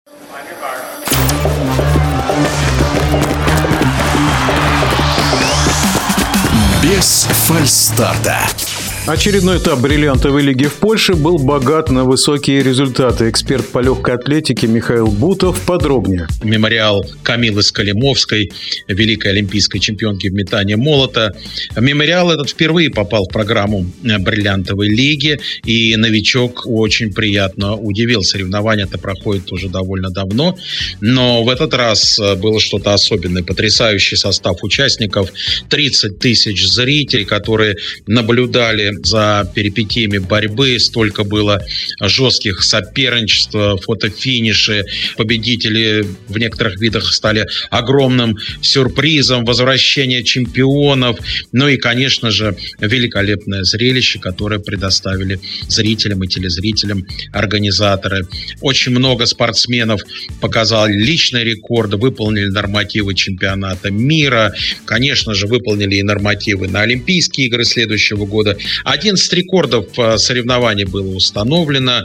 Без фальстарта. Очередной этап бриллиантовой лиги в Польше был богат на высокие результаты. Эксперт по легкой атлетике Михаил Бутов подробнее. Мемориал Камилы Скалимовской, великой олимпийской чемпионки в метании молота. Мемориал этот впервые попал в программу бриллиантовой лиги, и новичок очень приятно удивил. Соревнования-то проходят уже довольно давно, но в этот раз было что-то особенное. Потрясающий состав участников, 30 тысяч зрителей, которые наблюдали за перипетиями борьбы. Столько было жестких соперничеств, фотофиниши. Победители в некоторых видах стали огромным сюрпризом, возвращение чемпионов. Ну и, конечно же, великолепное зрелище, которое предоставили зрителям и телезрителям организаторы. Очень много спортсменов показали личные рекорды, выполнили нормативы чемпионата мира. Конечно же, выполнили и нормативы на Олимпийские игры следующего года. 11 рекордов соревнований было установлено,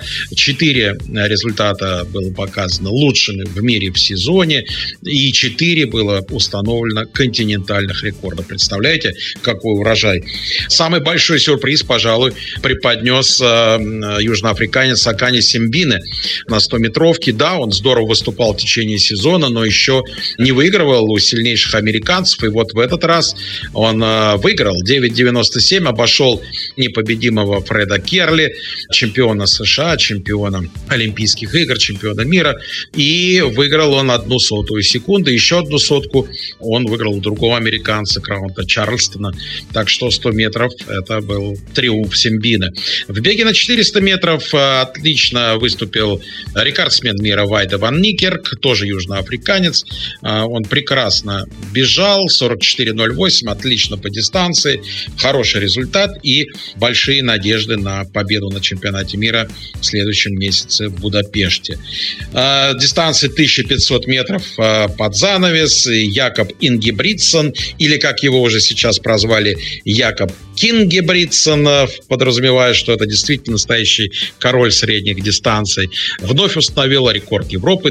4 результата было показано лучшими в мире в сезоне, и 4 было установлено континентальных рекордов. Представляете, какой урожай? Самый большой сюрприз, пожалуй, преподнес южноафриканец Акани Симбине на 100-метровке. Да, он здорово выступал в течение сезона, но еще не выигрывал у сильнейших американцев, и вот в этот раз он выиграл 9.97, обошел непобедимого Фреда Керли, чемпиона США, чемпиона Олимпийских игр, чемпиона мира, и выиграл он 0,01 секунды. Еще 1 сотку он выиграл у другого американца, Краунта Чарльстона. Так что 100 метров – это был триумф Симбины. В беге на 400 метров отлично выступил рекордсмен мира Вайде ван Никерк, тоже южноафриканец. Он прекрасно бежал, 44.08, отлично по дистанции, хороший результат и большие надежды на победу на чемпионате мира в следующем месяце в Будапеште. Дистанция 1500 метров под занавес. Якоб Ингебридсон, или как его уже сейчас прозвали, Якоб Кингебридсон, подразумевая, что это действительно настоящий король средних дистанций, вновь установил рекорд Европы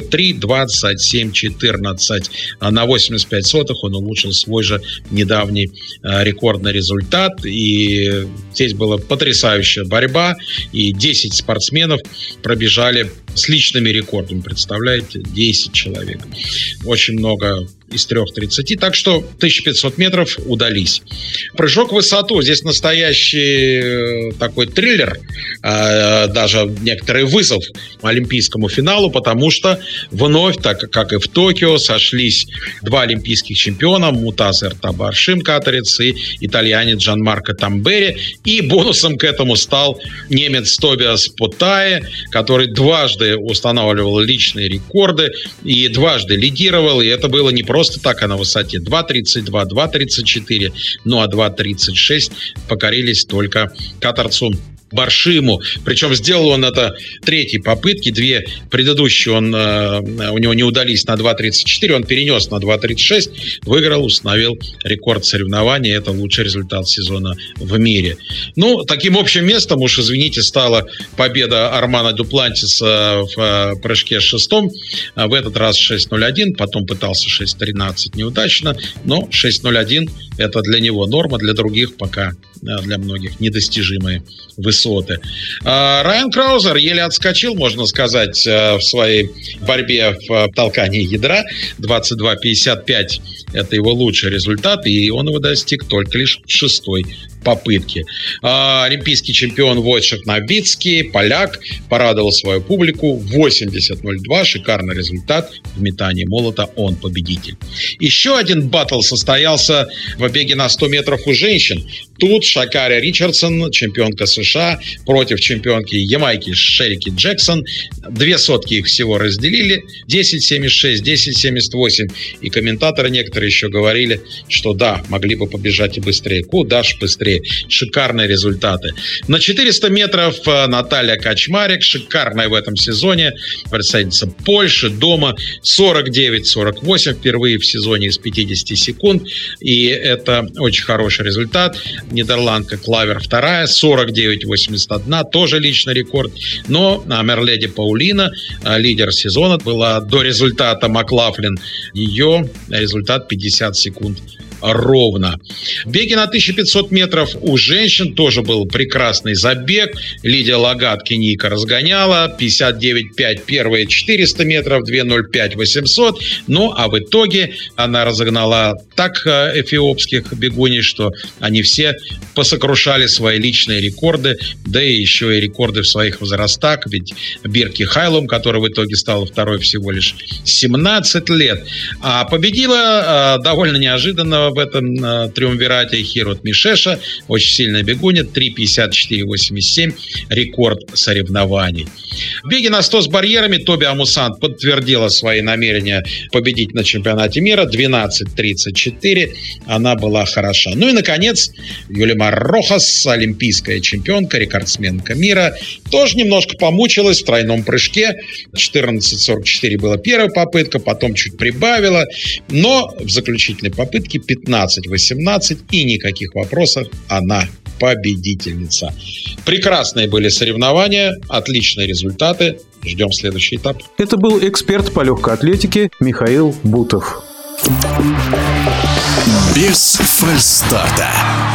3.27.14. На 85 сотых он улучшил свой же недавний рекордный результат. И здесь была потрясающая борьба, и 10 спортсменов пробежали с личными рекордами. Представляете, 10 человек. Очень много из 3.30. Так что 1500 метров удались. Прыжок в высоту. Здесь настоящий такой триллер, даже некоторый вызов олимпийскому финалу, потому что вновь, так как и в Токио, сошлись 2 олимпийских чемпиона: Мутазер Табаршим, катарец, и итальянец Джанмарко Тамбери. И бонусом к этому стал немец Тобиас Потае, который дважды устанавливал личные рекорды и дважды лидировал. И это было не просто так, а на высоте 2.32, 2.34, ну а 2.36 покорились только катарцу Баршиму. Причем сделал он это третьей попытки. 2 предыдущие у него не удались на 2.34, он перенес на 2.36, выиграл, установил рекорд соревнований. Это лучший результат сезона в мире. Ну, таким общим местом, уж извините, стала победа Армана Дуплантиса в прыжке шестом. В этот раз 6.01, потом пытался 6.13 неудачно, но 6.01 это для него норма, для других пока, для многих, недостижимые высоты. Райан Краузер еле отскочил, можно сказать, в своей борьбе в толкании ядра. 22.55 это его лучший результат, и он его достиг только лишь в 6-й попытке. Олимпийский чемпион Войciech Новицкий, поляк, порадовал свою публику. 80.02, шикарный результат. В метании молота он победитель. Еще один баттл состоялся в беге на 100 метров у женщин. Тут Шакари Ричардсон, чемпионка США, против чемпионки Ямайки Шерики Джексон. 2 сотки их всего разделили. 10.76, 10.78. И комментаторы некоторые еще говорили, что да, могли бы побежать и быстрее. Куда ж быстрее. Англии. Шикарные результаты. На 400 метров Наталья Качмарик, шикарная в этом сезоне. Представительница Польши дома 49-48 впервые в сезоне из 50 секунд. И это очень хороший результат. Нидерландка Клавер вторая, 49-81, тоже личный рекорд. Но Мерледи Паулина, лидер сезона, была до результата Маклафлин. Ее результат 50 секунд ровно. В беге на 1500 метров у женщин тоже был прекрасный забег. Лидия Лагат Кенийка разгоняла. 59,5 первые 400 метров, 2:05 800. Ну, а в итоге она разогнала так эфиопских бегуней, что они все посокрушали свои личные рекорды, да и еще и рекорды в своих возрастах. Ведь Бирки Хайлум, которая в итоге стала второй всего лишь 17 лет, а победила довольно неожиданно в этом триумвирате Хирот Мишеша, очень сильная бегунья, 3:54,87, рекорд соревнований. В беге на 100 с барьерами Тоби Амусан подтвердила свои намерения победить на чемпионате мира, 12:34, она была хороша. Ну и, наконец, Юлимар Рохас, олимпийская чемпионка, рекордсменка мира, тоже немножко помучилась в тройном прыжке, 14:44 была первая попытка, потом чуть прибавила, но в заключительной попытке 15:18, и никаких вопросов, она победительница. Прекрасные были соревнования, отличные результаты. Ждем следующий этап. Это был эксперт по легкой атлетике Михаил Бутов. Без фальстарта.